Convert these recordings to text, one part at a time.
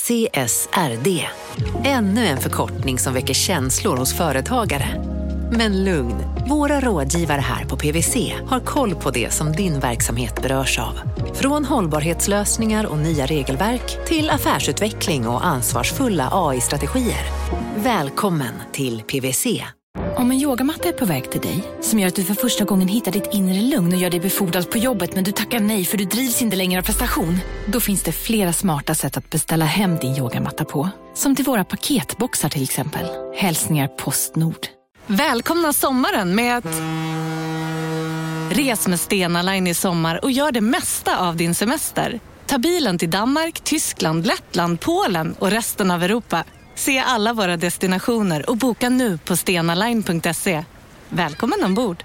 CSRD. Ännu en förkortning som väcker känslor hos företagare. Men lugn, våra rådgivare här på PwC har koll på det som din verksamhet berörs av. Från hållbarhetslösningar och nya regelverk till affärsutveckling och ansvarsfulla AI-strategier. Välkommen till PwC. Om en yogamatta är på väg till dig, som gör att du för första gången hittar ditt inre lugn och gör dig befordrad på jobbet men du tackar nej för du drivs inte längre av prestation, då finns det flera smarta sätt att beställa hem din yogamatta på. Som till våra paketboxar till exempel. Hälsningar Postnord. Välkomna sommaren med att... Res med Stena Line i sommar och gör det mesta av din semester. Ta bilen till Danmark, Tyskland, Lettland, Polen och resten av Europa. Se alla våra destinationer och boka nu på stenaline.se. Välkommen ombord!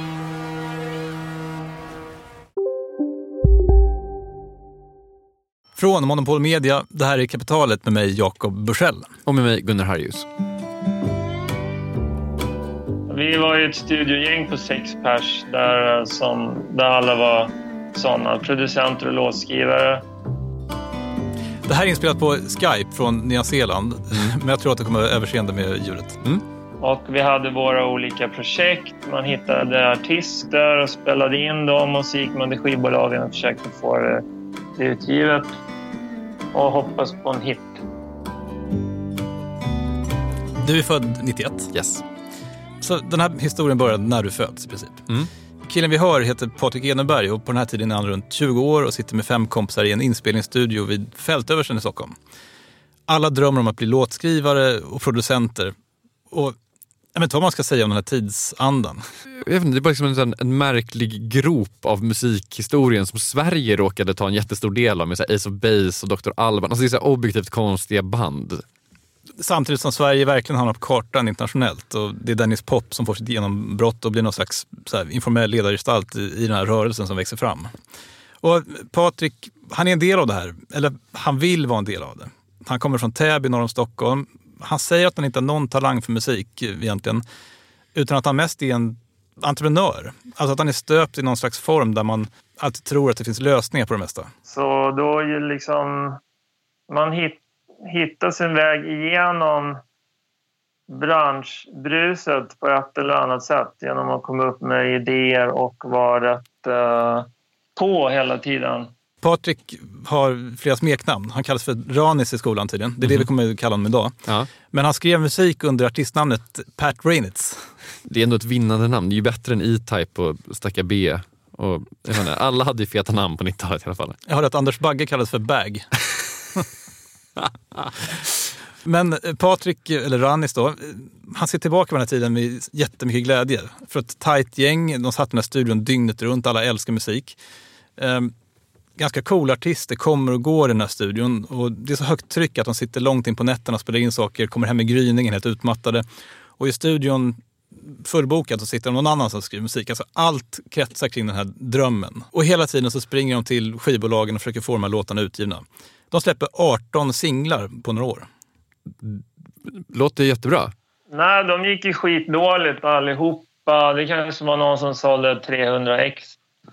Från Monopol Media, det här är Kapitalet med mig Jakob Bursell. Och med mig Gunnar Harjus. Vi var ju ett studiogäng på 6 pers där alla var sådana producenter och låtskrivare. Det här är inspelat på Skype från Nya Zeeland, men jag tror att det kommer överseende med ljudet. Och vi hade våra olika projekt. Man hittade artister och spelade in dem och så gick man till skivbolagen och försökte få det utgivet och hoppas på en hit. Du är född 91. Yes. Så den här historien började när du föds i princip. Killen vi hör heter Patrik Eneberg och på den här tiden är han runt 20 år och sitter med 5 kompisar i en inspelningsstudio vid Fältöversten i Stockholm. Alla drömmer om att bli låtskrivare och producenter. Och jag vet inte vad man ska säga om den här tidsandan. Jag vet inte, det är bara liksom en märklig grop av musikhistorien som Sverige råkade ta en jättestor del av med så här Ace of Base och Dr. Alban. Alltså det är så här objektivt konstiga band. Samtidigt som Sverige verkligen hamnar på kartan internationellt och det är Dennis Pop som får sitt genombrott och blir någon slags så här informell ledargestalt i den här rörelsen som växer fram. Och Patrik, han är en del av det här, eller han vill vara en del av det. Han kommer från Täby norr om Stockholm. Han säger att han inte har någon talang för musik egentligen, utan att han mest är en entreprenör. Alltså att han är stöpt i någon slags form där man alltid tror att det finns lösningar på det mesta. Så då är liksom man hittar sin väg igenom branschbruset på ett eller annat sätt genom att komma upp med idéer och vara rätt på hela tiden. Patrik har flera smeknamn. Han kallas för Ranis i skolan tydligen. Det är det vi kommer att kalla honom idag. Ja. Men han skrev musik under artistnamnet Pat Rainitz. Det är ändå ett vinnande namn. Det är ju bättre än E-Type och Stacka B. Och, jag menar, alla hade ju feta namn på 90-talet i alla fall. Jag hörde att Anders Bagge kallades för Bag. Men Patrik, eller Ranis då, han ser tillbaka på den här tiden med jättemycket glädje. För ett tajt gäng, de satt i den här studion dygnet runt, alla älskar musik. Ganska coola artister kommer och går i den här studion och det är så högt tryck att de sitter långt in på nätterna och spelar in saker, kommer hem med gryningen helt utmattade. Och i studion fullbokat så sitter någon annan som skriver musik. Alltså allt kretsar kring den här drömmen. Och hela tiden så springer de till skivbolagen och försöker få de här låtarna utgivna. De släpper 18 singlar på några år. Låter jättebra. Nej, de gick ju skitdåligt allihopa. Det kanske var någon som sålde 300 ex.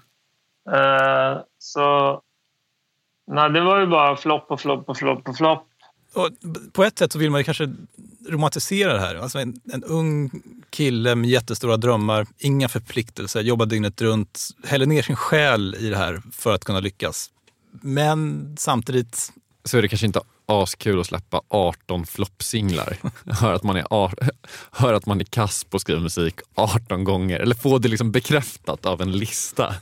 Så nej, det var ju bara flopp och flopp och flopp och flopp. Och på ett sätt så vill man ju kanske romantisera det här. Alltså en ung kille med jättestora drömmar, inga förpliktelser, jobbar dygnet runt, häller ner sin själ i det här för att kunna lyckas. Men samtidigt så är det kanske inte askul att släppa 18 floppsinglar. Hör att man är kass på att skriva musik 18 gånger. Eller få det liksom bekräftat av en lista.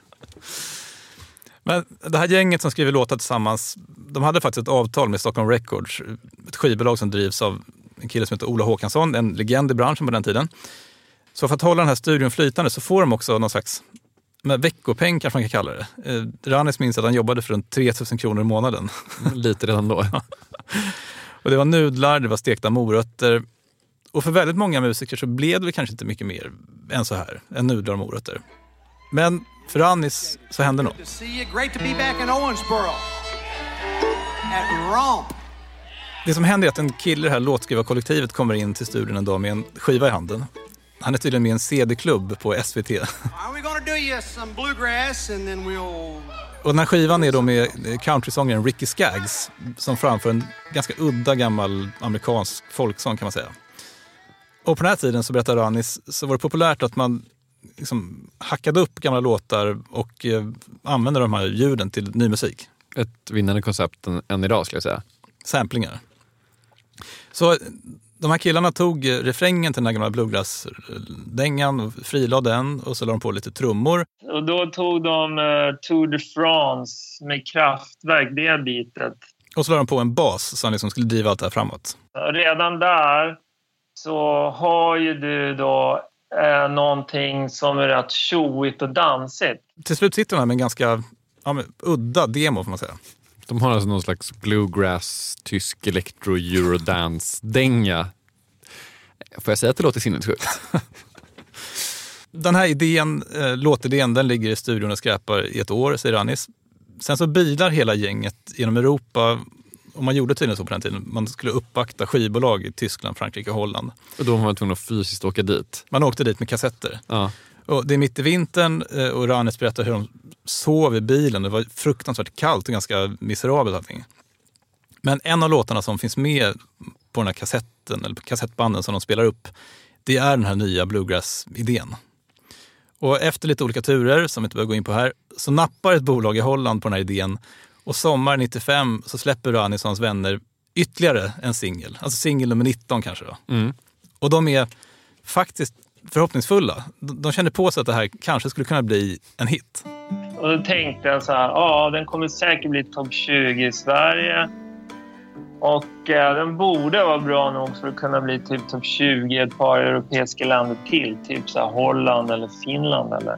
Men det här gänget som skriver låtar tillsammans, de hade faktiskt ett avtal med Stockholm Records. Ett skivbolag som drivs av en kille som heter Ola Håkansson, en legend i branschen på den tiden. Så för att hålla den här studion flytande så får de också någon slags veckopeng kanske man kan kalla det. Ranis minns att han jobbade för runt 3 000 kronor i månaden. Lite redan då. Och det var nudlar, det var stekta morötter. Och för väldigt många musiker så blev det kanske inte mycket mer än så här, än nudlar och morötter. Men för Ranis så hände något. Det som händer är att en kille i det här låtskrivarkollektivet kommer in till studion en dag med en skiva i handen. Han är tydligen med i en CD-klubb på SVT. Och den här skivan är då med countrysångaren Ricky Skaggs som framför en ganska udda gammal amerikansk folksång kan man säga. Och på den här tiden så berättar Rannis så var det populärt att man liksom hackade upp gamla låtar och använde de här ljuden till ny musik. Ett vinnande koncept än idag skulle jag säga. Samplingar. Så de här killarna tog refrängen till den här gamla bluegrass-dängan och frilade den och så la de på lite trummor. Och då tog de Tour de France med Kraftwerk, det bitet. Och så la de på en bas som liksom skulle driva allt det här framåt. Redan där så har ju du då någonting som är rätt tjoigt och dansigt. Till slut sitter de här med en ganska udda demo får man säga. De har alltså någon slags bluegrass, tysk elektro-eurodance-dänga. Får jag säga att det låter sinnessjukt? Den här idén, låtidén, den ligger i studion och skräpar i ett år, säger Rannis. Sen så bilar hela gänget genom Europa, och man gjorde tydligen så på den tiden. Man skulle uppvakta skivbolag i Tyskland, Frankrike och Holland. Och då var man tvungen att fysiskt åka dit? Man åkte dit med kassetter. Ja. Och det är mitt i vintern och Rannis berättar hur de sov i bilen. Det var fruktansvärt kallt och ganska miserabelt allting. Men en av låtarna som finns med på den här kassetten, eller på kassettbanden som de spelar upp, det är den här nya bluegrass-idén. Och efter lite olika turer, som vi inte behöver gå in på här, så nappar ett bolag i Holland på den här idén. Och sommar 95 så släpper Rannis och hans vänner ytterligare en singel. Alltså singel nummer 19 kanske då. Mm. Och de är faktiskt förhoppningsfulla. De känner på sig att det här kanske skulle kunna bli en hit. Och då tänkte jag så här, den kommer säkert bli topp 20 i Sverige. Och den borde vara bra nog för att kunna bli typ topp 20 i ett par europeiska länder till. Typ så här Holland eller Finland eller.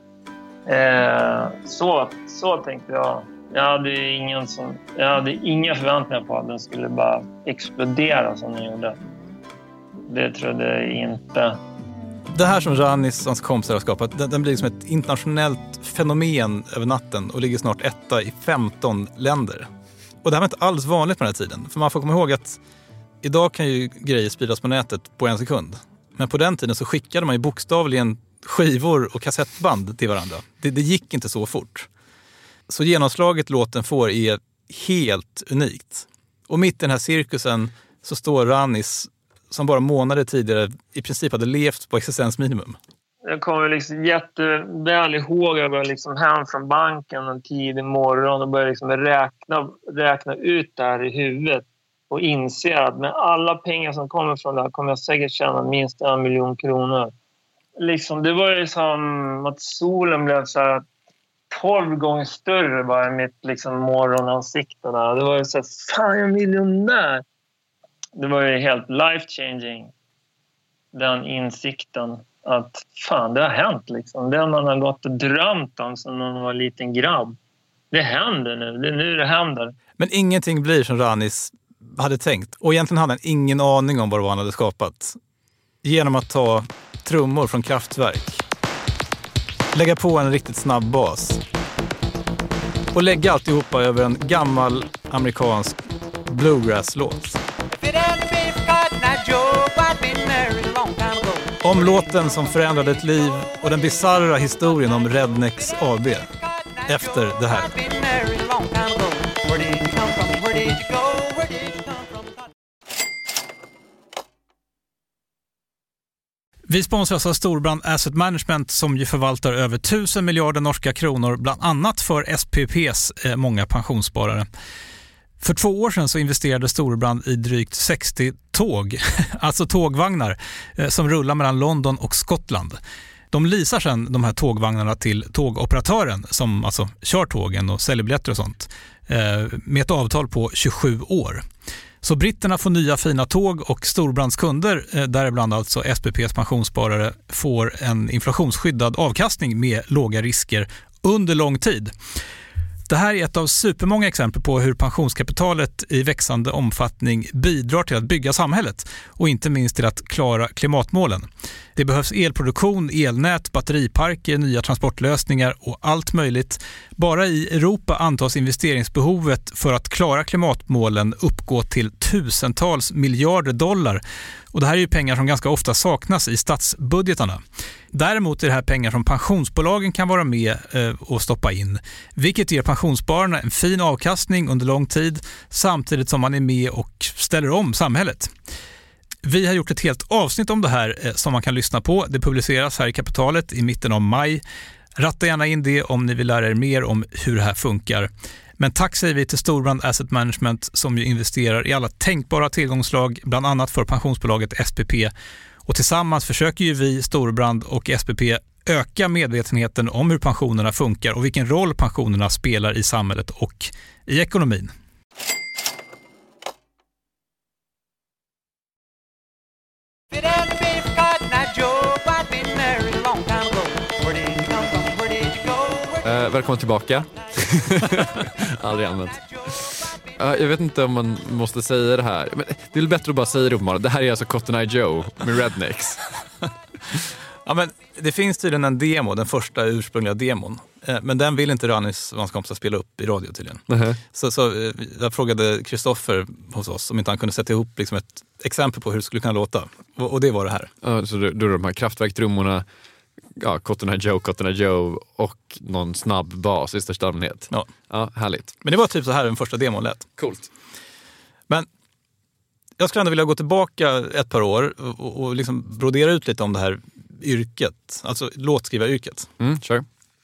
Så tänkte jag. Jag hade inga förväntningar på att den skulle bara explodera som den gjorde. Det trodde jag inte. Det här som Rannis och hans kompisar har skapat, den blir liksom ett internationellt fenomen över natten och ligger snart etta i 15 länder. Och det här var inte alls vanligt på den här tiden. För man får komma ihåg att idag kan ju grejer spridas på nätet på en sekund. Men på den tiden så skickade man ju bokstavligen skivor och kassettband till varandra. Det gick inte så fort. Så genomslaget låten får är helt unikt. Och mitt i den här cirkusen så står Rannis som bara månader tidigare i princip hade levt på existensminimum. Jag kommer liksom jätteväl ihåg att jag började liksom hem från banken en tidig morgon och började liksom räkna ut det här i huvudet och inse att med alla pengar som kommer från det här kommer jag säkert tjäna minst 1 miljon kronor. Liksom, det var ju som att solen blev så här 12 gånger större bara i mitt liksom morgonansikte där. Det var ju så här, fan jag är miljonär. Det var ju helt life-changing. Den insikten att fan det har hänt liksom. Det man har gått och drömt om som när man var en liten grabb. Det händer nu. Det är nu det händer. Men ingenting blir som Rannis hade tänkt. Och egentligen hade han ingen aning om vad han hade skapat. Genom att ta trummor från Kraftwerk. Lägga på en riktigt snabb bas. Och lägga alltihopa över en gammal amerikansk bluegrass-låt. Om låten som förändrade ett liv och den bizarra historien om Rednex AB. Efter det här. Vi sponsras av Storbrand Asset Management som ju förvaltar över 1000 miljarder norska kronor bland annat för SPPs många pensionssparare. För 2 år sedan så investerade Storbrand i drygt 60 tåg, alltså tågvagnar som rullar mellan London och Skottland. De leasar sedan de här tågvagnarna till tågoperatören som alltså kör tågen och säljer biljetter och sånt med ett avtal på 27 år. Så britterna får nya fina tåg och Storbrands kunder, däribland alltså SPPs pensionssparare, får en inflationsskyddad avkastning med låga risker under lång tid. Det här är ett av supermånga exempel på hur pensionskapitalet i växande omfattning bidrar till att bygga samhället och inte minst till att klara klimatmålen. Det behövs elproduktion, elnät, batteriparker, nya transportlösningar och allt möjligt. Bara i Europa antas investeringsbehovet för att klara klimatmålen uppgå till tusentals miljarder dollar. Och det här är ju pengar som ganska ofta saknas i statsbudgetarna. Däremot är det här pengar som pensionsbolagen kan vara med och stoppa in, vilket ger pensionsspararna en fin avkastning under lång tid samtidigt som man är med och ställer om samhället. Vi har gjort ett helt avsnitt om det här som man kan lyssna på. Det publiceras här i Kapitalet i mitten av maj. Ratta gärna in det om ni vill lära er mer om hur det här funkar. Men tack säger vi till Storbrand Asset Management som ju investerar i alla tänkbara tillgångslag, bland annat för pensionsbolaget SPP. Och tillsammans försöker ju vi, Storbrand och SPP, öka medvetenheten om hur pensionerna funkar och vilken roll pensionerna spelar i samhället och i ekonomin. Välkommen tillbaka. Aldrig använt. Jag vet inte om man måste säga det här. Men det är väl bättre att bara säga det uppenbarligen. Det här är alltså Cotton Eye Joe med Rednecks. Ja, men det finns tydligen en demo, den första ursprungliga demon. Men den vill inte Ranis och hans kompisar spela upp i radio tydligen. Uh-huh. Så jag frågade Kristoffer hos oss om inte han kunde sätta ihop liksom ett exempel på hur det skulle kunna låta. Och det var det här. Ja, så då är de här kraftverktrummorna, ja, Cotton Eye Joe och någon snabb bas i största allmänhet. Ja, härligt. Men det var typ så här den första demon lät. Coolt. Men jag skulle ändå vilja gå tillbaka ett par år och liksom brodera ut lite om det här yrket, alltså låtskrivaryrket. Sure.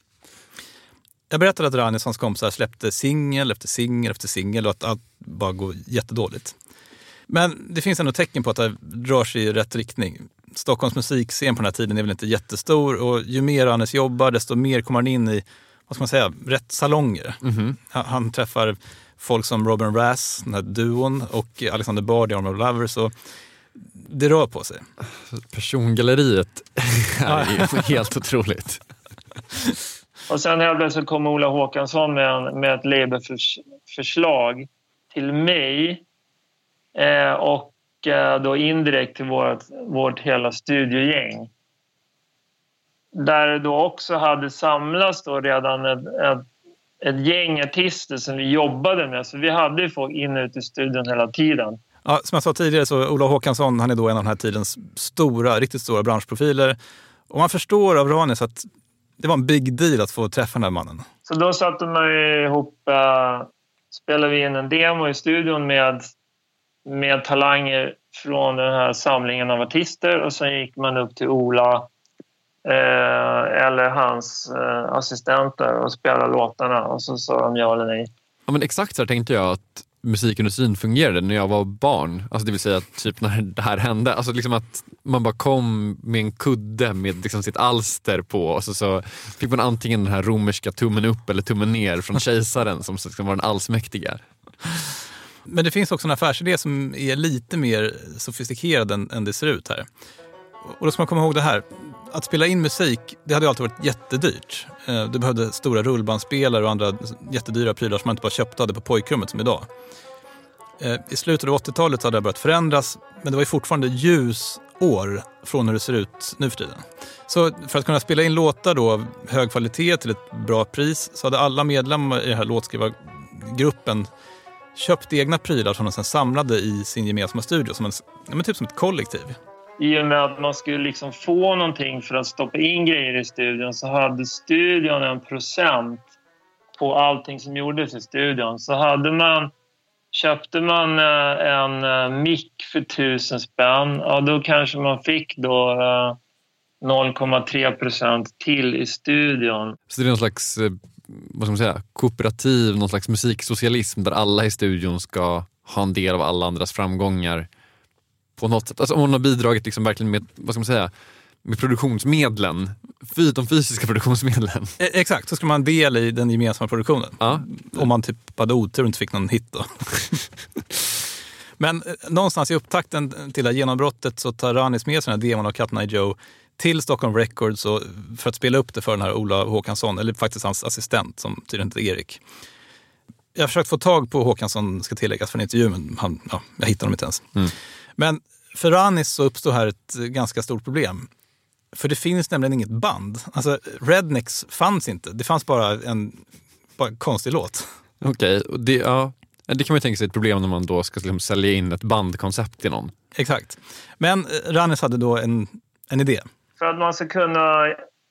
Jag berättade att Ranis och hans kompisar släppte singel efter singel efter singel och att allt bara går jättedåligt. Men det finns ändå tecken på att det rör sig i rätt riktning. Stockholms musikscen på den här tiden är väl inte jättestor och ju mer Ranis jobbar desto mer kommer han in i, vad ska man säga, rätt salonger. Mm-hmm. Han träffar folk som Robin Rass, den här duon, och Alexander Bard i Army of Lovers, och det rör på sig. Persongalleriet är helt otroligt. Och sen helt plötsligt kom Ola Håkansson med ett labelförslag till mig och då indirekt till vårt hela studiogäng. Där det då också hade samlats då redan ett gäng artister som vi jobbade med. Så vi hade ju folk in och ut i studion hela tiden. Ja, som jag sa tidigare så Ola Håkansson, han är då en av den här tidens riktigt stora branschprofiler. Och man förstår av Ranis att det var en big deal att få träffa den här mannen. Så då satte man ihop, spelade vi in en demo i studion med talanger från den här samlingen av artister. Och sen gick man upp till Ola eller hans assistenter och spelade låtarna. Och så sa de ja eller nej. Ja, men exakt så här tänkte jag att musikindustrin fungerade när jag var barn. Alltså det vill säga typ när det här hände. Alltså liksom att man bara kom med en kudde med liksom sitt alster på. Och så fick man antingen den här romerska tummen upp eller tummen ner från kejsaren som var den allsmäktiga. Men det finns också en affärsidé som är lite mer sofistikerad än det ser ut här. Och då ska man komma ihåg det här. Att spela in musik, det hade alltid varit jättedyrt. Du behövde stora rullbandspelare och andra jättedyra prylar som man inte bara köpte hade på pojkrummet som idag. I slutet av 80-talet hade det börjat förändras, men det var ju fortfarande ljusår från hur det ser ut nu för tiden. Så för att kunna spela in låtar då av hög kvalitet till ett bra pris så hade alla medlemmar i den här låtskrivargruppen köpt egna prylar som de sedan samlade i sin gemensamma studio typ som ett kollektiv. I och med att man skulle liksom få någonting för att stoppa in grejer i studion så hade studion 1% på allting som gjordes i studion. Så köpte man en mick för 1000 spänn, ja, då kanske man fick då 0,3% till i studion. Så det är någon slags, vad ska man säga, kooperativ, någon slags musiksocialism där alla i studion ska ha en del av alla andras framgångar på något sätt. Alltså om man har bidragit liksom verkligen med, vad ska man säga, med produktionsmedlen, de fysiska produktionsmedlen. Exakt, så ska man del i den gemensamma produktionen. Ja. Om man typ hade otur och inte fick någon hit då. Men någonstans i upptakten till det här genombrottet så tar Ranis med sig den här demon av Cotton Eye Joe till Stockholm Records och för att spela upp det för den här Ola Håkansson, eller faktiskt hans assistent som tydligen heter Erik. Jag har försökt få tag på Håkansson, ska tilläggas, för en intervju, men jag hittade honom inte ens. Men för Ranis så uppstår här ett ganska stort problem. För det finns nämligen inget band. Alltså Rednecks fanns inte. Det fanns bara en konstig låt. Okej, och det kan man ju tänka sig ett problem när man då ska liksom sälja in ett bandkoncept till någon. Exakt. Men Ranis hade då en idé. För att man ska kunna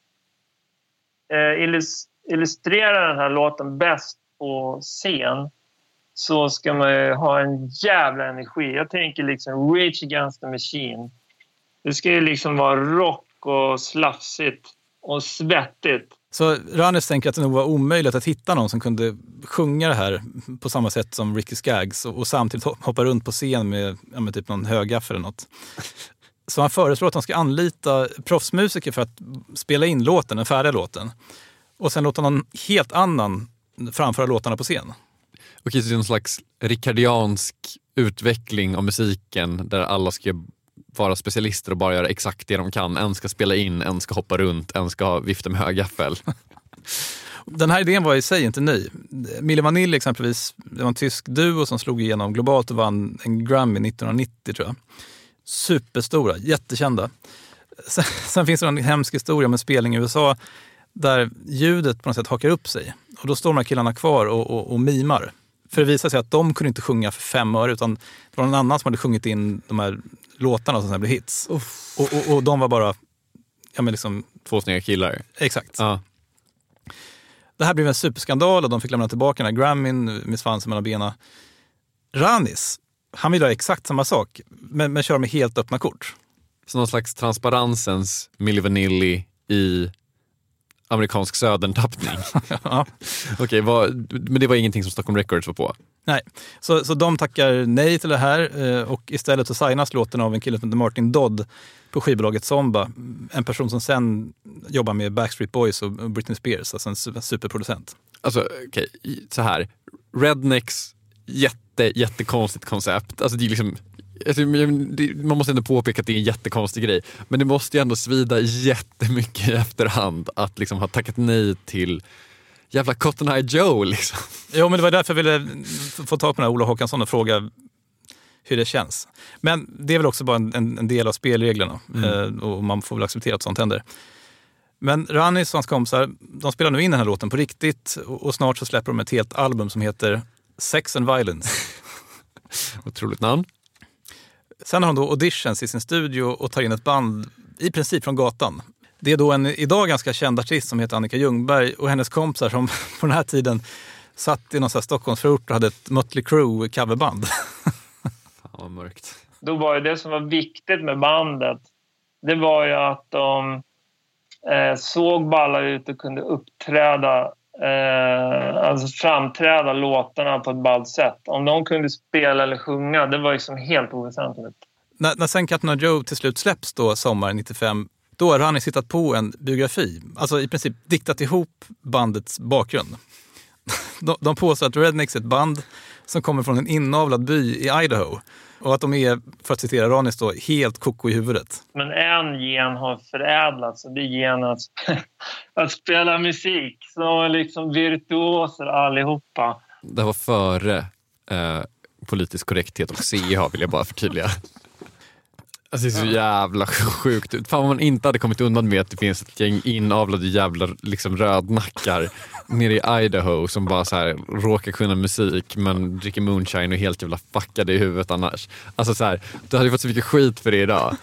illustrera den här låten bäst på scen så ska man ju ha en jävla energi. Jag tänker liksom Rage Against the Machine. Det ska ju liksom vara rock och slafsigt och svettigt. Så Ranis tänker att det nog var omöjligt att hitta någon som kunde sjunga det här på samma sätt som Ricky Skaggs och samtidigt hoppa runt på scen med typ någon högaffel eller något. Så han föreslår att de ska anlita proffsmusiker för att spela in låten, den färdiga låten. Och sen låta någon helt annan framföra låtarna på scen. Okej, så det är en slags rikardiansk utveckling av musiken där alla ska vara specialister och bara göra exakt det de kan. En ska spela in, en ska hoppa runt, en ska vifta med högaffel. Den här idén var i sig inte ny. Milli Vanilli exempelvis, det var en tysk duo som slog igenom globalt och vann en Grammy 1990 tror jag. Superstora, jättekända. Sen finns det en hemsk historia om en spelning i USA där ljudet på något sätt hakar upp sig. Och då står de här killarna kvar och mimar. För det visar sig att de kunde inte sjunga för 5 öre utan det var någon annan som hade sjungit in de här låtarna som sen blev hits. Och de var bara liksom 2 snygga killar. Exakt. Ja. Det här blev en superskandal och de fick lämna tillbaka den här Grammyn med svansen mellan benen. Ranis, han vill ha exakt samma sak men kör med helt öppna kort. Så någon slags transparensens Milli Vanilli i amerikansk södern-tappning. Ja. Okej, men det var ingenting som Stockholm Records var på? Nej, så de tackar nej till det här och istället så signas låten av en kille som heter Martin Dodd på skivbolaget Zomba. En person som sen jobbar med Backstreet Boys och Britney Spears, alltså en superproducent. Alltså okej, så här. Rednecks, jättekonstigt koncept. Alltså det är liksom, man måste ändå påpeka att det är en jättekonstig grej. Men det måste ju ändå svida jättemycket i efterhand att liksom ha tackat nej till jävla Cotton Eye Joe liksom. Jo, men det var därför jag ville få tag på den här Ola Håkansson och fråga hur det känns. Men det är väl också bara en del av spelreglerna och man får väl acceptera att sånt händer. Men Ranis och hans kompisar, de spelar nu in den här låten på riktigt och snart så släpper de ett helt album som heter Sex and Violence. Otroligt namn. Sen har de då auditions i sin studio och tar in ett band i princip från gatan. Det är då en idag ganska känd artist som heter Annika Ljungberg och hennes kompisar som på den här tiden satt i någon sån här Stockholmsförort och hade ett Mötley Crüe coverband. Fan vad mörkt. Då var det som var viktigt med bandet, det var ju att de såg balla ut och kunde uppträda, alltså framträda låtarna på ett ballt sätt. Om de kunde spela eller sjunga, det var liksom helt oväsentligt. När sen Cotton Eye Joe till slut släpps då sommaren 95, då har Ranis hittat på en biografi. Alltså i princip diktat ihop bandets bakgrund. De påstår att Rednecks är ett band som kommer från en inavlad by i Idaho. Och att de är, för att citera Ranis då, helt koko i huvudet. Men en gen har förädlats och det är gen att spela musik. Så liksom virtuoser allihopa. Det var före politisk korrekthet och CH vill jag bara förtydliga. Alltså det är så jävla sjukt. Fan om man inte hade kommit undan med att det finns ett gäng inavlade jävla liksom rödnackar nere i Idaho som bara så här råkar kunna musik men dricker moonshine och är helt jävla fuckade i huvudet annars. Alltså så här, du hade fått så mycket skit för det idag.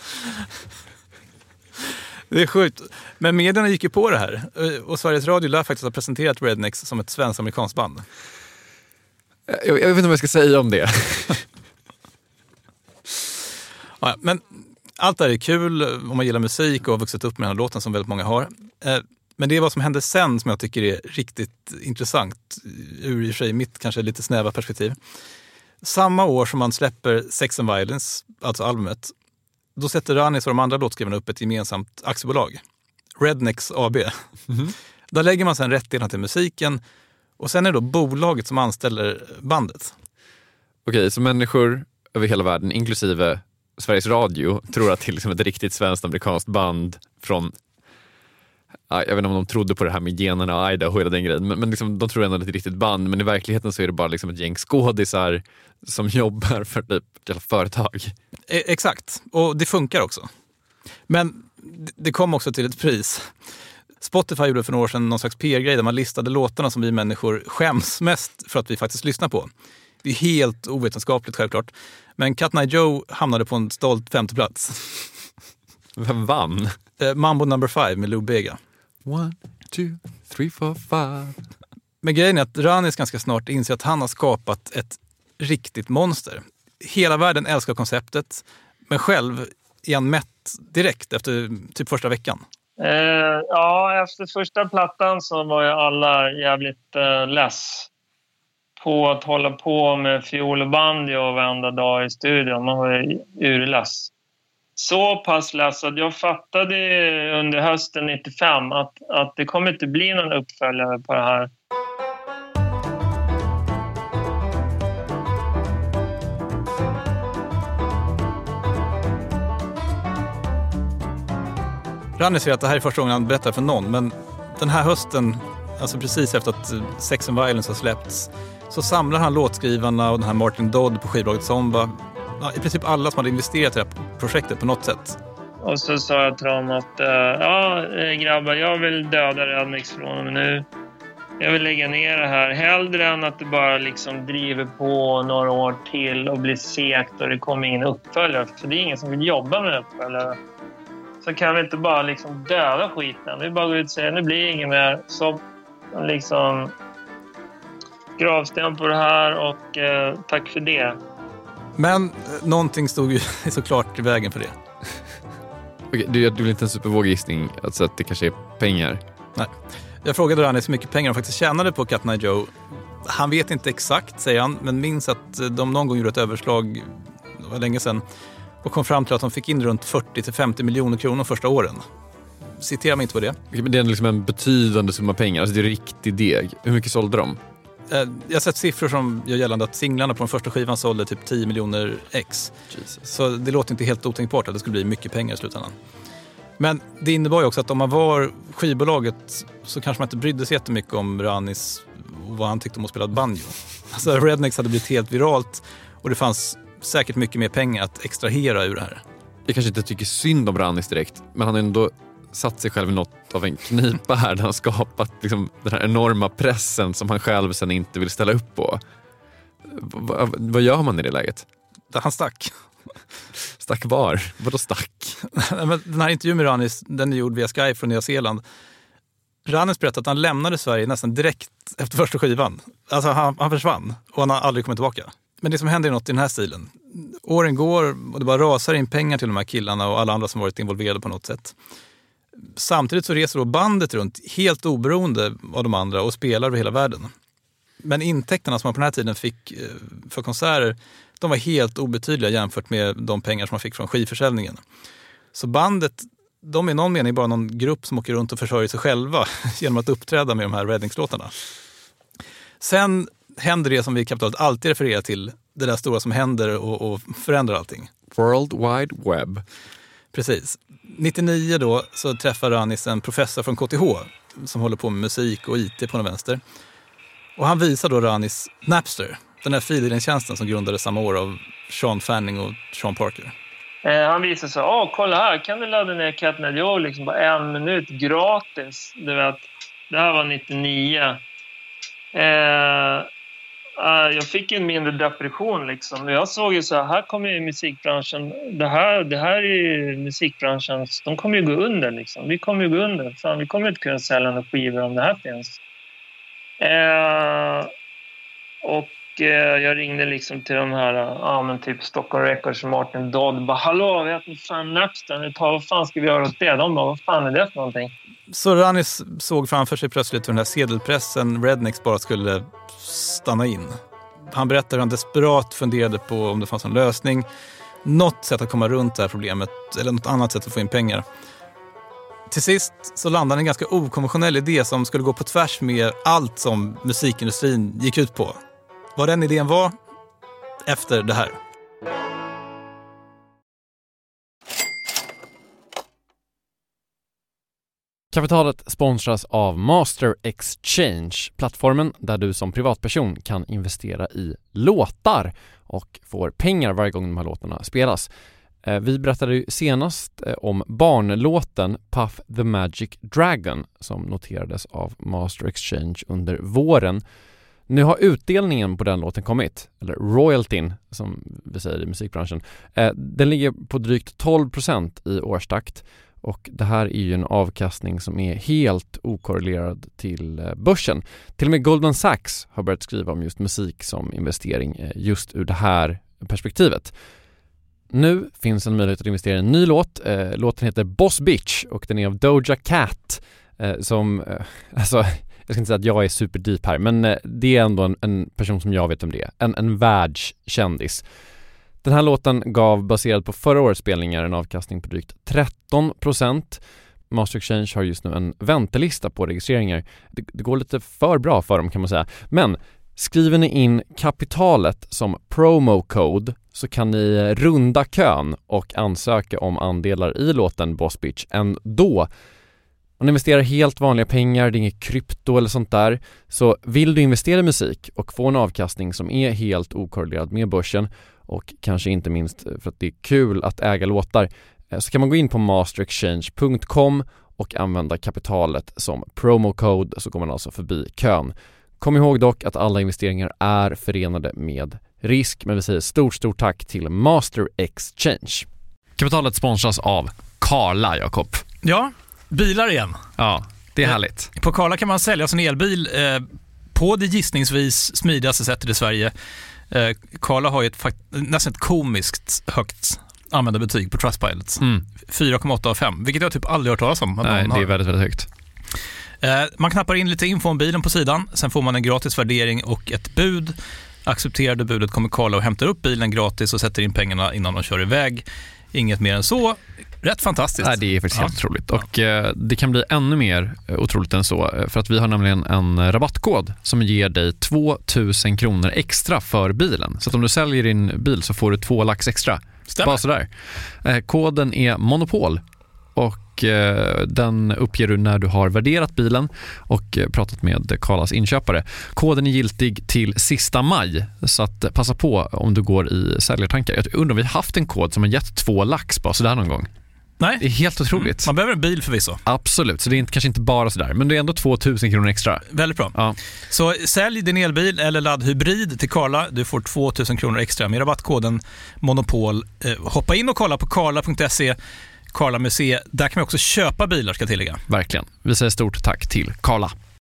Det är sjukt. Men medierna gick ju på det här. Och Sveriges Radio lär faktiskt ha presenterat Rednecks som ett svenskt-amerikanskt band. Jag vet inte vad jag ska säga om det. Ja, men allt det här är kul om man gillar musik och har vuxit upp med den här låten som väldigt många har. Men det är vad som hände sen som jag tycker är riktigt intressant ur i och för sig mitt kanske lite snäva perspektiv. Samma år som man släpper Sex and Violence, alltså albumet, då sätter Ranis och de andra låtskrivarna upp ett gemensamt aktiebolag. Rednecks AB. Mm-hmm. Där lägger man sen rättigheterna till musiken och sen är det då bolaget som anställer bandet. Okej, så människor över hela världen, inklusive Sveriges Radio, tror att det är liksom ett riktigt svenskt amerikanskt band från jag vet inte om de trodde på det här med generna och Idaho och hela den grejen, men liksom, de tror ändå att det är ett riktigt band, men i verkligheten så är det bara liksom ett gäng skådisar som jobbar för typ ett företag. Exakt, och det funkar också. Men det kom också till ett pris. Spotify gjorde för några år sedan någon slags PR-grej där man listade låtarna som vi människor skäms mest för att vi faktiskt lyssnar på. Det är helt ovetenskapligt självklart. Men Cat Eye Joe hamnade på en stolt 5:e plats. Vem vann? Mambo No. 5 med Lou Bega. 1, 2, 3, 4, 5. Men grejen är att Ranis ganska snart inser att han har skapat ett riktigt monster. Hela världen älskar konceptet, men själv är han mätt direkt efter typ första veckan. Ja, efter första plattan så var ju alla jävligt less på att hålla på med fiol och banjo varenda dag i studion. Man var ju urless. Så pass less att jag fattade under hösten 95 att det kommer inte bli någon uppföljare på det här. Ranny säger att det här är första gången han berättar för någon, men den här hösten, alltså precis efter att Sex and Violence har släppts, så samlar han låtskrivarna och den här Martin Dodd på skivbolaget Zomba. Ja, i princip alla som hade investerat i det här projektet på något sätt. Och så sa jag till dem att grabbar, jag vill döda Rednex från och med nu. Jag vill lägga ner det här hellre än att det bara liksom driver på några år till och blir segt och det kommer ingen uppföljare. För det är ingen som vill jobba med uppföljare. Så kan vi inte bara liksom döda skiten. Vi bara går ut och säger, nu blir det inget mer. Så liksom gravsten på det här och tack för det. Men någonting stod ju såklart i vägen för det. Okej, du vill inte en supervåg gissning alltså att det kanske är pengar? Nej. Jag frågade Ranny så mycket pengar de faktiskt tjänade på Cat Eye Joe. Han vet inte exakt, säger han, men minns att de någon gång gjorde ett överslag, det var länge sedan, och kom fram till att de fick in runt 40-50 miljoner kronor första åren. Citerar mig inte på det. Okej, men det är liksom en betydande summa pengar, alltså det är riktig deg. Hur mycket sålde de? Jag har sett siffror som gör gällande att singlarna på den första skivan sålde typ 10 miljoner ex. Jesus. Så det låter inte helt otänkbart att det skulle bli mycket pengar i slutändan. Men det innebar ju också att om man var skivbolaget så kanske man inte brydde sig jättemycket om Ranis och vad han tyckte om att spela banjo. Alltså Rednex hade blivit helt viralt och det fanns säkert mycket mer pengar att extrahera ur det här. Jag kanske inte tycker synd om Ranis direkt, men han har ändå satt sig själv i något av en knipa här där han skapat liksom den här enorma pressen som han själv sen inte vill ställa upp på. Vad gör man i det läget? Han stack. Stack var? Vadå stack? Den här intervjun med Ranis, den är gjord via Skype från Nya Zeeland. Ranis berättade att han lämnade Sverige nästan direkt efter första skivan. Alltså han försvann och han har aldrig kommit tillbaka. Men det som händer är något i den här stilen. Åren går och det bara rasar in pengar till de här killarna och alla andra som varit involverade på något sätt. Samtidigt så reser då bandet runt helt oberoende av de andra och spelar över hela världen. Men intäkterna som man på den här tiden fick för konserter, de var helt obetydliga jämfört med de pengar som man fick från skivförsäljningen. Så bandet, de är i någon mening bara någon grupp som åker runt och försörjer sig själva genom att uppträda med de här räddningslåtarna. Sen händer det som vi i kapitalet alltid refererar till, det där stora som händer och förändrar allting. World Wide Web. Precis. 99 då så träffar Ranis en professor från KTH som håller på med musik och IT på den vänster. Och han visar då Ranis Napster, den här fildelningstjänsten som grundades samma år av Sean Fanning och Sean Parker. Han visar sig, kolla här, kan du ladda ner Cat Eye Joe liksom på 1 minut gratis. Du vet, det här var 99. Jag fick en mindre depression liksom. Jag såg ju så här kommer ju musikbranschen, det här är ju musikbranschen, de kommer ju gå under liksom. Vi kommer ju gå under. Fan, vi kommer inte kunna sälja några skivor om det här finns. Jag ringde liksom till de här, typ Stockholm Records och Martin Dodd. Bara, hallå, vet ni fan Napster? Vad fan ska vi göra åt det? De bara, vad fan är det för någonting? Så Ranis såg framför sig plötsligt hur den här sedelpressen Rednex bara skulle stanna in. Han berättade hur han desperat funderade på om det fanns en lösning. Något sätt att komma runt det här problemet eller något annat sätt att få in pengar. Till sist så landade en ganska okonventionell idé som skulle gå på tvärs med allt som musikindustrin gick ut på. Vad den idén var efter det här. Kapitalet sponsras av Master Exchange, plattformen där du som privatperson kan investera i låtar och får pengar varje gång de här låtarna spelas. Vi berättade ju senast om barnlåten Puff the Magic Dragon som noterades av Master Exchange under våren. Nu har utdelningen på den låten kommit, eller royaltyn som vi säger i musikbranschen. Den ligger på drygt 12% i årstakt. Och det här är ju en avkastning som är helt okorrelerad till börsen. Till och med Goldman Sachs har börjat skriva om just musik som investering just ur det här perspektivet. Nu finns en möjlighet att investera i en ny låt. Låten heter Boss Bitch och den är av Doja Cat som, alltså jag ska inte säga att jag är superdeep här, men det är ändå en person som jag vet om det är. En världskändis. Den här låten gav, baserad på förra årets spelningar, en avkastning på drygt 13%. Master Exchange har just nu en väntelista på registreringar. Det går lite för bra för dem kan man säga. Men skriver ni in kapitalet som promo code så kan ni runda kön och ansöka om andelar i låten Boss Bitch ändå. Om ni investerar helt vanliga pengar, det är inget krypto eller sånt där, så vill du investera i musik och få en avkastning som är helt okorrelerad med börsen och kanske inte minst för att det är kul att äga låtar, så kan man gå in på masterexchange.com och använda kapitalet som promo code, så går man alltså förbi kön. Kom ihåg dock att alla investeringar är förenade med risk, men vi säger stort tack till Master Exchange. Kapitalet sponsras av Carla, Jakob. Ja, bilar igen. Ja, det är härligt. På Carla kan man sälja sin elbil på det gissningsvis smidigaste sättet i Sverige. Carla har ju nästan ett komiskt högt användarbetyg på Trustpilot. 4,8 av 5, vilket jag typ aldrig hört talas om. Nej, det är väldigt, väldigt högt. Man knappar in lite info om bilen på sidan. Sen får man en gratis värdering och ett bud. Accepterar du budet kommer Carla och hämtar upp bilen gratis och sätter in pengarna innan de kör iväg. Inget mer än så. Rätt fantastiskt. Nej, det är faktiskt helt otroligt. Och det kan bli ännu mer otroligt än så. För att vi har nämligen en rabattkod som ger dig 2000 kronor extra för bilen. Så att om du säljer din bil så får du 2 lax extra. Stämmer. Bara sådär. Koden är Monopol. Och den uppger du när du har värderat bilen och pratat med Carlas inköpare. Koden är giltig till sista maj, så att passa på om du går i säljartankar. Jag undrar om vi har haft en kod som har gett 2 lax bara sådär någon gång. Nej. Det är helt otroligt. Man behöver en bil förvisso. Absolut, så det är kanske inte bara sådär, men det är ändå 2000 kronor extra. Väldigt bra. Ja. Så sälj din elbil eller laddhybrid till Carla. Du får 2000 kronor extra med rabattkoden Monopol. Hoppa in och kolla på carla.se. Carla Museet. Där kan man också köpa bilar, ska tillägga. Verkligen. Vi säger stort tack till Carla.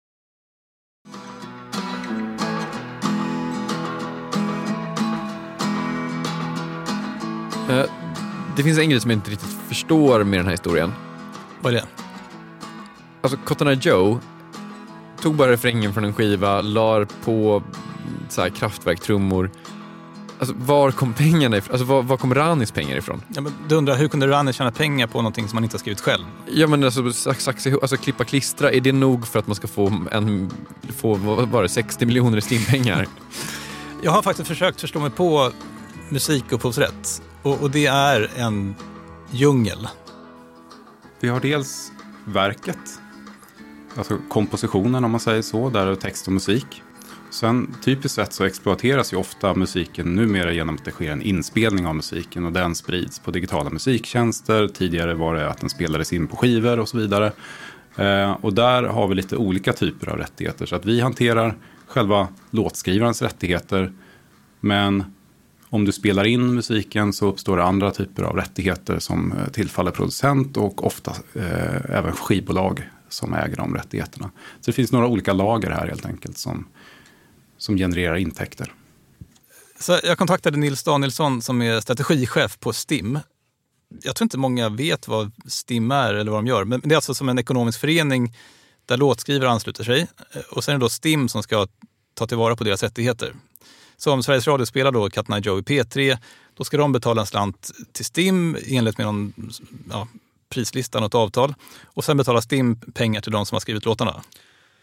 Det finns en grej som jag inte riktigt förstår med den här historien. Vad är det? Alltså Cotton Eye Joe tog bara refrängen från en skiva, lar på så här kraftverktrummor. Alltså var kom pengarna ifrån? Alltså var kom Ranis pengar ifrån? Ja, men du undrar, hur kunde Rani tjäna pengar på någonting som man inte har skrivit själv? Ja, men alltså klippa klistra, är det nog för att man ska få vad var det, 60 miljoner i Steam-pengar? Jag har faktiskt försökt förstå mig på musikupphovsrätt. Och det är en djungel. Vi har dels verket, alltså kompositionen om man säger så, där är text och musik. Sen typiskt sett så exploateras ju ofta musiken numera genom att det sker en inspelning av musiken och den sprids på digitala musiktjänster. Tidigare var det att den spelades in på skivor och så vidare. Och där har vi lite olika typer av rättigheter, så att vi hanterar själva låtskrivarens rättigheter, men om du spelar in musiken så uppstår det andra typer av rättigheter som tillfaller producent och ofta även skivbolag som äger de rättigheterna. Så det finns några olika lager här helt enkelt som genererar intäkter. Så jag kontaktade Nils Danielsson som är strategichef på STIM. Jag tror inte många vet vad STIM är eller vad de gör, men det är alltså som en ekonomisk förening där låtskrivare ansluter sig. Och sen är det då STIM som ska ta tillvara på deras rättigheter. Så om Sveriges Radio spelar då Cotton Eye Joe i P3, då ska de betala en slant till STIM enligt med någon prislistan och ett avtal. Och sen betalar STIM pengar till de som har skrivit låtarna.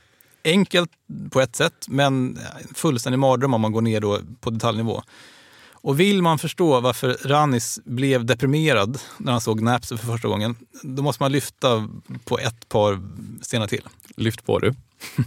Enkelt på ett sätt, men fullständig mardröm om man går ner då på detaljnivå. Och vill man förstå varför Rannis blev deprimerad när han såg Napster för första gången, då måste man lyfta på ett par stenar till. Lyft på du.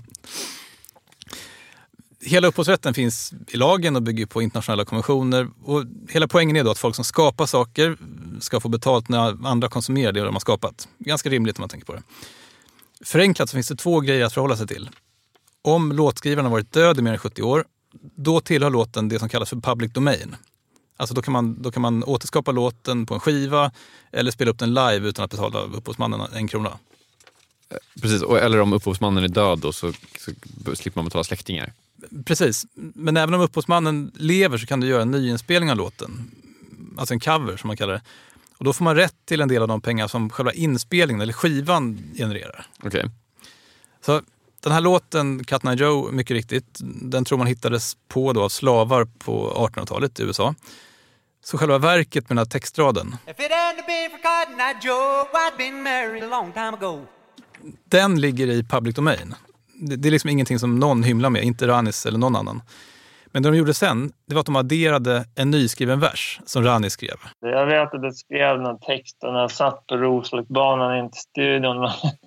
Hela upphovsrätten finns i lagen och bygger på internationella konventioner. Och hela poängen är då att folk som skapar saker ska få betalt när andra konsumerar det de har skapat. Ganska rimligt om man tänker på det. Förenklat så finns det 2 grejer att förhålla sig till. Om låtskrivaren har varit död i mer än 70 år, då tillhör låten det som kallas för public domain. Alltså då kan man återskapa låten på en skiva eller spela upp den live utan att betala upphovsmannen 1 krona. Precis, eller om upphovsmannen är död då, så slipper man betala släktingar. Precis, men även om upphovsmannen lever så kan du göra en nyinspelning av låten. Alltså en cover som man kallar det. Och då får man rätt till en del av de pengar som själva inspelningen eller skivan genererar. Okej. Så den här låten, Cotton Eye Joe, mycket riktigt, den tror man hittades på då av slavar på 1800-talet i USA. Så själva verket med den här textraden, den ligger i public domain. Det är liksom ingenting som någon hymlar med, inte Rannis eller någon annan. Men det de gjorde sen, det var att de adderade en nyskriven vers som Rannis skrev. Jag vet att det skrev den här texten när jag satt på Roslagsbanan in till studion.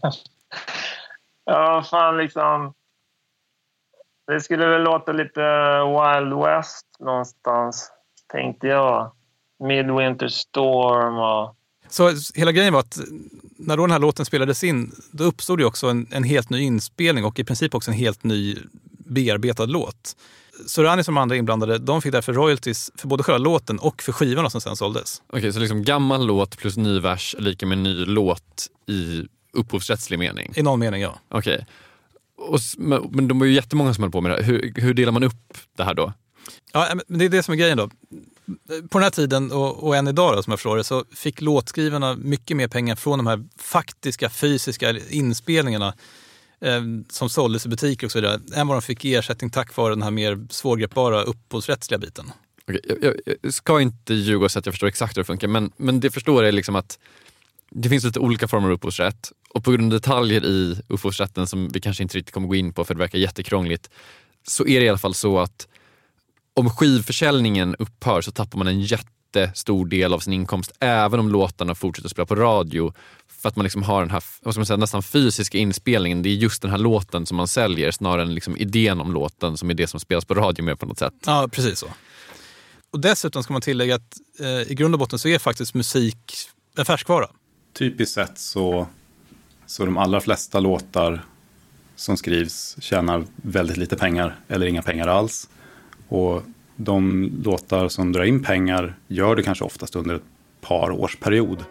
Ja, fan liksom. Det skulle väl låta lite Wild West någonstans, tänkte jag. Midwinter Storm och... Så hela grejen var att när då den här låten spelades in, då uppstod det också en helt ny inspelning och i princip också en helt ny bearbetad låt. Så Rannis som andra inblandade, de fick därför royalties för både själva låten och för skivorna som sen såldes. Okej, så liksom gammal låt plus ny vers är lika med ny låt i upphovsrättslig mening? I någon mening, ja. Okej. Men de är ju jättemånga som håller på med det. Hur delar man upp det här då? Ja, men det är det som är grejen då. På den här tiden och än idag då, som jag förstår det, så fick låtskrivarna mycket mer pengar från de här faktiska, fysiska inspelningarna som såldes i butiker och så vidare, än vad de fick ersättning tack vare den här mer svårgreppbara upphovsrättsliga biten. Okej, jag ska inte ljuga så att jag förstår exakt hur det funkar, men det förstår jag liksom att det finns lite olika former av upphovsrätt och på grund av detaljer i upphovsrätten som vi kanske inte riktigt kommer gå in på för det verkar jättekrångligt, så är det i alla fall så att om skivförsäljningen upphör så tappar man en jättestor del av sin inkomst även om låtarna fortsätter spela på radio, för att man liksom har den här, vad ska man säga, nästan fysiska inspelningen. Det är just den här låten som man säljer snarare än liksom idén om låten som är det som spelas på radio med på något sätt. Ja, precis så. Och dessutom ska man tillägga att i grund och botten så är faktiskt musik en färskvara. Typiskt sett så de allra flesta låtar som skrivs tjänar väldigt lite pengar eller inga pengar alls. Och de låtar som drar in pengar gör det kanske oftast under ett par års period.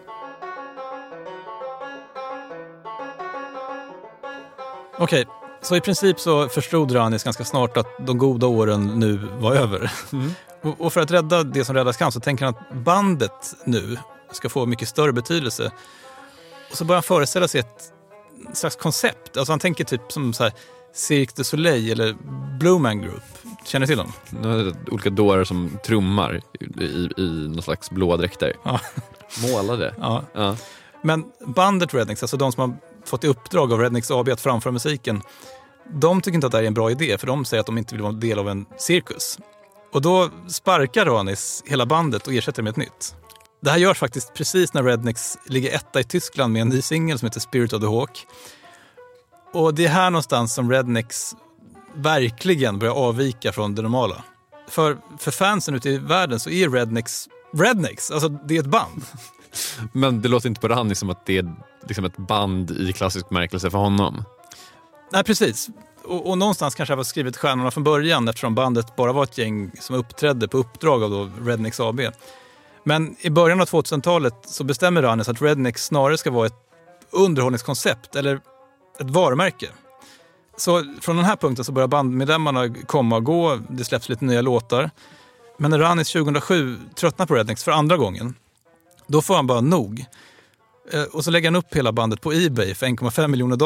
Okej, så i princip så förstod Rannis ganska snart att de goda åren nu var över. Mm. Och för att rädda det som räddas kan så tänker han att bandet nu ska få mycket större betydelse. Och så börjar han föreställa sig ett slags koncept. Alltså han tänker typ som så här Cirque du Soleil eller Blue Man Group. Känner till dem? Olika dårar som trummar i någon slags blåa dräkter. Ja. Målade. Ja. Men bandet Rednex, alltså de som har fått i uppdrag av Rednex AB att framföra musiken, de tycker inte att det här är en bra idé, för de säger att de inte vill vara en del av en cirkus. Och då sparkar Rannis hela bandet och ersätter med ett nytt. Det här görs faktiskt precis när Rednex ligger etta i Tyskland med en ny singel som heter Spirit of the Hawk. Och det är här någonstans som Rednex verkligen börjar avvika från det normala. För fansen ute i världen så är Rednex, alltså det är ett band. Men det låter inte på Rannis som att det är liksom ett band i klassisk märkelse för honom. Nej, precis. Och någonstans kanske jag var skrivit stjärnorna från början eftersom bandet bara var ett gäng som uppträdde på uppdrag av då Rednex AB. Men i början av 2000-talet så bestämmer Rannis att Rednex snarare ska vara ett underhållningskoncept eller ett varumärke. Så från den här punkten så börjar bandmedlemmarna komma och gå. Det släpps lite nya låtar. Men när Rannis 2007 tröttnar på Rednex för andra gången, då får han bara nog. Och så lägger han upp hela bandet på eBay för $1,5 miljoner.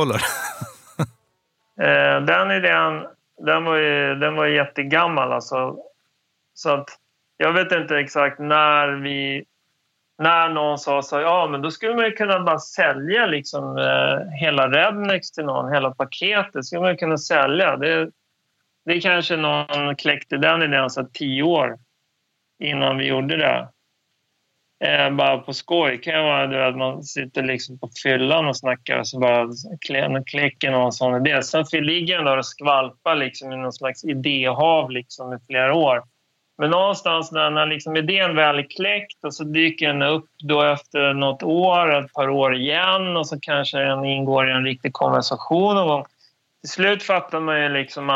Den idén, den var jättegammal alltså. Så att jag vet inte exakt när någon sa så, ja men då skulle man ju kunna bara sälja liksom hela Rednex till någon, hela paketet skulle man ju kunna sälja. Det är kanske någon kläckte den idén så 10 år innan vi gjorde det. Bara på skoj kan vara det att man sitter liksom på fyllan och snackar och så bara klickar någon sån idé. Så att vi ligger där och skvalpar liksom i någon slags idéhav liksom i flera år. Men någonstans när liksom idén väl är kläckt och så dyker den upp då efter något år, ett par år igen och så kanske den ingår i en riktig konversation och till slut fattar man ju liksom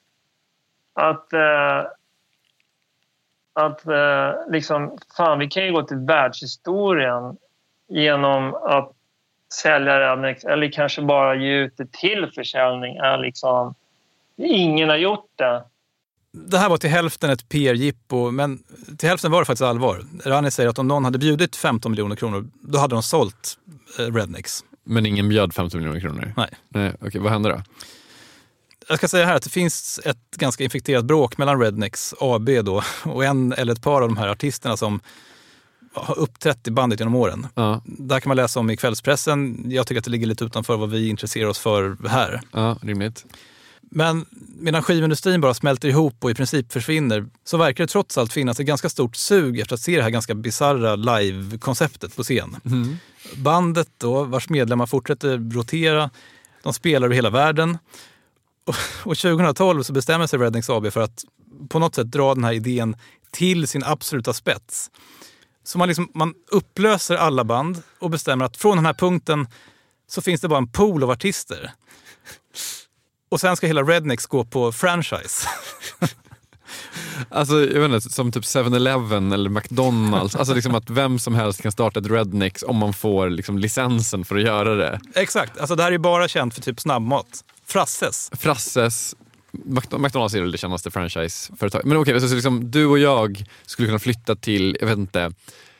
att liksom, fan, vi kan ju gå till världshistorien genom att sälja Rednex eller kanske bara ge ut det till försäljning. Liksom, ingen har gjort det. Det här var till hälften ett PR-jippo, men till hälften var det faktiskt allvar. Rani säger att om någon hade bjudit 15 miljoner kronor, då hade de sålt Rednex. Men ingen bjöd 15 miljoner kronor? Nej. Okej, vad hände då? Jag ska säga här att det finns ett ganska infekterat bråk mellan Rednex AB då och en eller ett par av de här artisterna som har uppträtt i bandet genom åren. Ja. Där kan man läsa om i kvällspressen. Jag tycker att det ligger lite utanför vad vi intresserar oss för här. Ja, rimligt. Men medan skivindustrin bara smälter ihop och i princip försvinner så verkar det trots allt finnas ett ganska stort sug efter att se det här ganska bizarra live-konceptet på scen. Mm. Bandet då, vars medlemmar fortsätter rotera, de spelar över hela världen. Och 2012 så bestämmer sig Rednex AB för att på något sätt dra den här idén till sin absoluta spets. Så man upplöser alla band och bestämmer att från den här punkten så finns det bara en pool av artister. Och sen ska hela Rednex gå på franchise. Alltså, jag vet inte, som typ 7-Eleven eller McDonalds. Alltså liksom att vem som helst kan starta ett Rednex om man får liksom licensen för att göra det. Exakt, alltså det här är bara känt för typ snabbmat. Frasses. McDonalds är det kännaste franchiseföretag. Men okej, så liksom, du och jag skulle kunna flytta till, jag vet inte,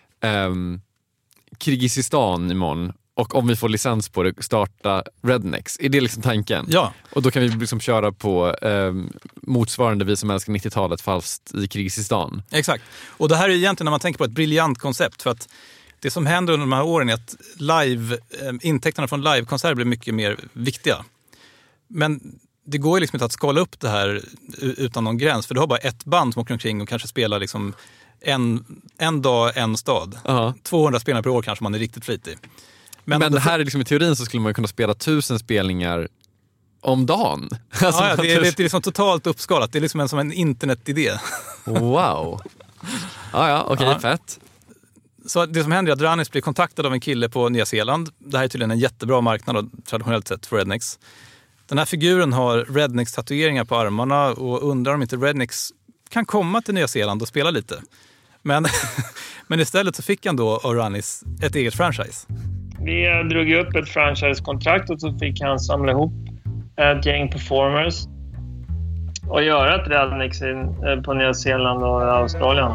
Kirgizistan imorgon. Och om vi får licens på det, starta Rednex. Är det liksom tanken? Ja. Och då kan vi liksom köra på motsvarande Vi som älskar 90-talet fast i Kirgizistan. Exakt. Och det här är egentligen när man tänker på ett briljant koncept. För att det som händer under de här åren är att intäkterna från livekonserter blir mycket mer viktiga. Men det går ju liksom inte att skala upp det här utan någon gräns. För du har bara ett band som åker omkring och kanske spelar liksom en dag, en stad. 200 spelningar per år kanske man är riktigt flitig. Men det här är liksom, i teorin så skulle man kunna spela 1000 spelningar om dagen. Alltså, ja, det är liksom totalt uppskalat. Det är liksom som en internetidé. Wow. Okej, fett. Så det som händer är att Ranis blir kontaktad av en kille på Nya Zeeland. Det här är tydligen en jättebra marknad traditionellt sett för Rednex. Den här figuren har Rednex-tatueringar på armarna och undrar om inte Rednex kan komma till Nya Zeeland och spela lite. Men istället så fick han då av Ranis ett eget franchise. Vi drog upp ett franchise-kontrakt och så fick han samla ihop ett gäng performers och göra ett Rednex på Nya Zeeland och Australien.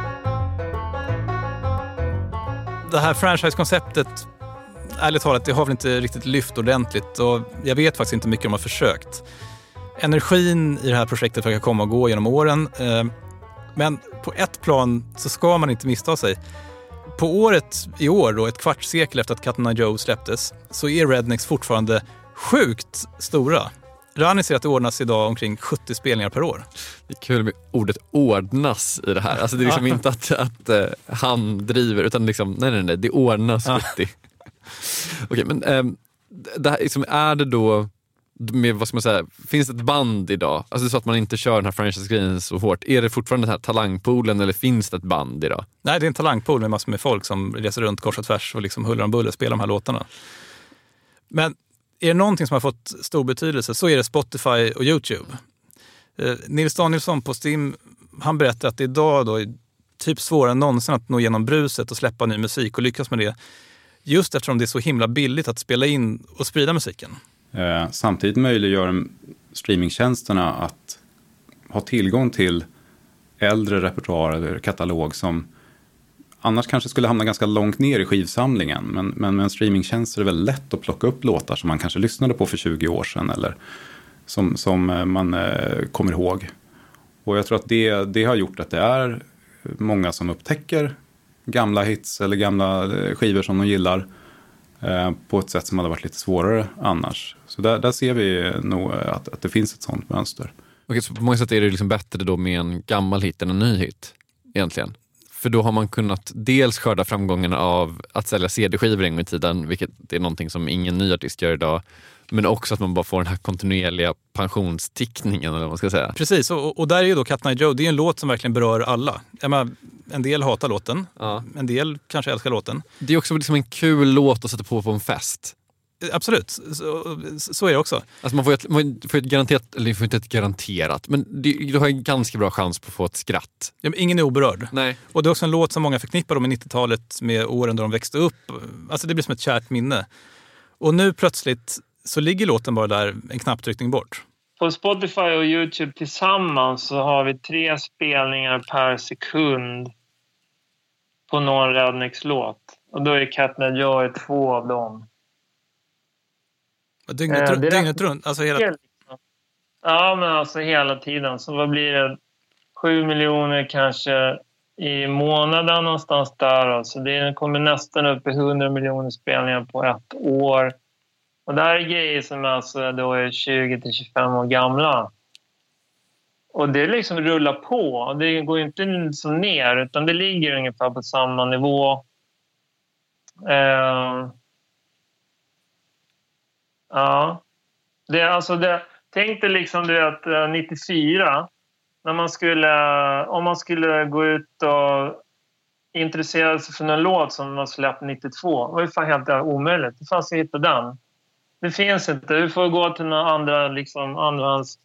Det här franchise-konceptet, ärligt talat, det har väl inte riktigt lyft ordentligt och jag vet faktiskt inte mycket om de har försökt. Energin i det här projektet verkar komma och gå genom åren, men på ett plan så ska man inte missta sig. På året i år, då, ett kvartssekel efter att Cotton Eye Joe släpptes, så är Rednex fortfarande sjukt stora. Rani säger att det ordnas idag omkring 70 spelningar per år. Det är kul med ordet ordnas i det här. Alltså det är liksom inte att han driver, utan liksom, nej, det ordnas 70. Okej, men det här, liksom, är det då med, vad ska man säga, finns det ett band idag? Alltså det är så att man inte kör den här franchise-grejen så hårt. Är det fortfarande den här talangpoolen eller finns det ett band idag? Nej, det är en talangpool med massor med folk som reser runt kors och tvärs och liksom huller om buller spelar de här låtarna. Men är det någonting som har fått stor betydelse så är det Spotify och YouTube. Nils Danielsson på Steam, han berättar att det idag då är typ svårare än någonsin att nå igenom bruset och släppa ny musik och lyckas med det. Just eftersom det är så himla billigt att spela in och sprida musiken. Samtidigt möjliggör streamingtjänsterna att ha tillgång till äldre repertoar eller katalog som annars kanske skulle hamna ganska långt ner i skivsamlingen. Men med en streamingtjänst är det väl lätt att plocka upp låtar som man kanske lyssnade på för 20 år sedan eller som man kommer ihåg. Och jag tror att det har gjort att det är många som upptäcker gamla hits eller gamla skivor som de gillar på ett sätt som hade varit lite svårare annars. Så där ser vi nog att det finns ett sånt mönster. Okej, så på många sätt är det liksom bättre då med en gammal hit än en ny hit? egentligen. För då har man kunnat dels skörda framgången av att sälja CD-skivor en gång i tiden, vilket är någonting som ingen ny artist gör idag. Men också att man bara får den här kontinuerliga pensionstickningen, eller vad man ska säga. Precis, och där är ju då Cat Eye Joe, det är en låt som verkligen berör alla. En del hatar låten, en del kanske älskar låten. Det är också liksom en kul låt att sätta på en fest. Absolut, så är det också. Alltså man får ett garanterat, eller får inte ett garanterat, men du har en ganska bra chans på att få ett skratt. Ja, men ingen är oberörd. Nej. Och det är också en låt som många förknippar med 90-talet, med åren då de växte upp. Alltså det blir som ett kärt minne. Och nu plötsligt så ligger låten bara där en knapptryckning bort. På Spotify och YouTube tillsammans så har vi 3 spelningar per sekund på någon Rednex-låt. Och då är Cat Eye Joe 2 av dem. Dygnet runt? Alltså hela... Ja, men alltså hela tiden. Så vad blir det? 7 miljoner kanske i månaden någonstans där. Alltså det kommer nästan upp i 100 miljoner spelningar på ett år. Och det här är grejer som alltså då är 20-25 år gamla. Och det liksom rullar på. Det går inte så ner, utan det ligger ungefär på samma nivå. Ja. Tänk dig liksom att 94, när om man skulle gå ut och intressera sig för en låt som man släppte 92, var det fan helt omöjligt. Det fanns att hitta den. Det finns inte. Du får gå till några andra liksom andrahands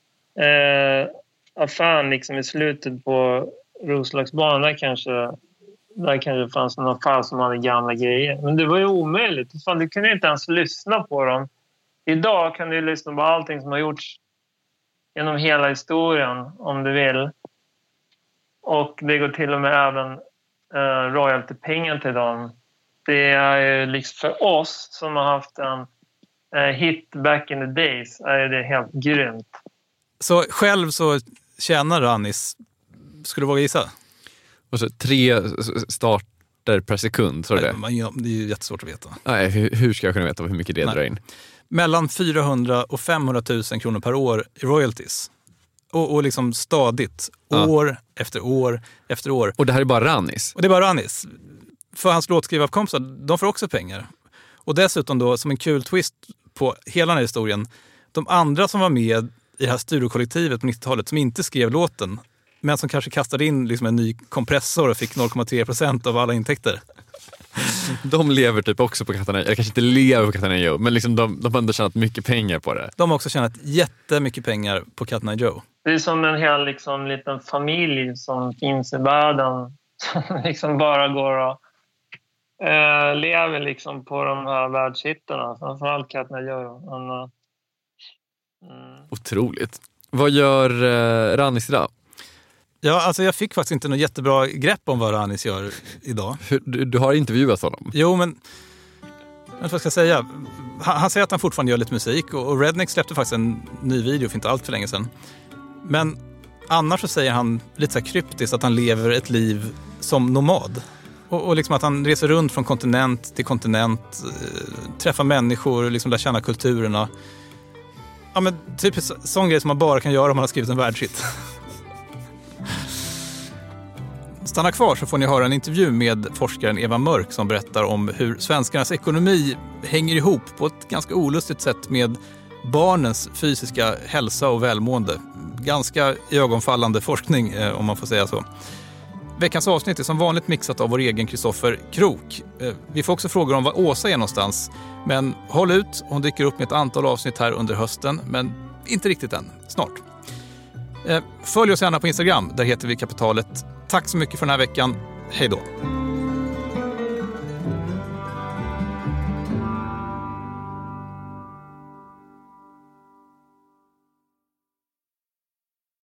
affären liksom i slutet på Roslagsbanan. Där kanske fanns någon affär som hade gamla grejer. Men det var ju omöjligt. Fan, du kunde inte ens lyssna på dem. Idag kan du lyssna på allting som har gjorts genom hela historien om du vill. Och det går till och med även royalty-pengar till dem. Det är ju liksom för oss som har haft en hit back in the days är det helt grymt. Så själv så tjänar Rannis, skulle du våga gissa? Och så 3 starter per sekund, så det? Det är ju jättesvårt att veta. Nej, hur ska jag kunna veta hur mycket det drar in? Mellan 400 och 500 000 kronor per år i royalties. Och liksom stadigt, år efter år efter år. Och det här är bara Rannis? Och det är bara Rannis. För hans låtskrivarkompisar, de får också pengar. Och dessutom då, som en kul twist på hela den här historien, de andra som var med i det här studiokollektivet på 90-talet som inte skrev låten, men som kanske kastade in liksom en ny kompressor och fick 0,3% av alla intäkter. De lever typ också på Cat Eye Joe. Jag kanske inte lever på Cat Eye Joe, men liksom de har ändå tjänat mycket pengar på det. De har också tjänat jättemycket pengar på Cat Eye Joe. Det är som en hel liksom, liten familj som finns i världen. Som liksom bara går och lever liksom på de här världshittarna. Framförallt Cat Eye Joe. Otroligt. Vad gör Rannis idag? Ja, alltså jag fick faktiskt inte något jättebra grepp om vad Rannis gör idag. Du har intervjuat honom? Jo, men vad ska jag säga? Han säger att han fortfarande gör lite musik och Rednex släppte faktiskt en ny video för inte allt för länge sedan. Men annars så säger han lite så här kryptiskt att han lever ett liv som nomad. Och liksom att han reser runt från kontinent till kontinent, träffar människor, liksom lär känna kulturerna. Ja, men typiskt sån grej som man bara kan göra om man har skrivit en världshit. Stanna kvar så får ni höra en intervju med forskaren Eva Mörk som berättar om hur svenskarnas ekonomi hänger ihop på ett ganska olustigt sätt med barnens fysiska hälsa och välmående. Ganska ögonfallande forskning om man får säga så. Veckans avsnitt är som vanligt mixat av vår egen Kristoffer Krok. Vi får också frågor om var Åsa är någonstans. Men håll ut, hon dyker upp med ett antal avsnitt här under hösten. Men inte riktigt än, snart. Följ oss gärna på Instagram, där heter vi Kapitalet. Tack så mycket för den här veckan. Hej då!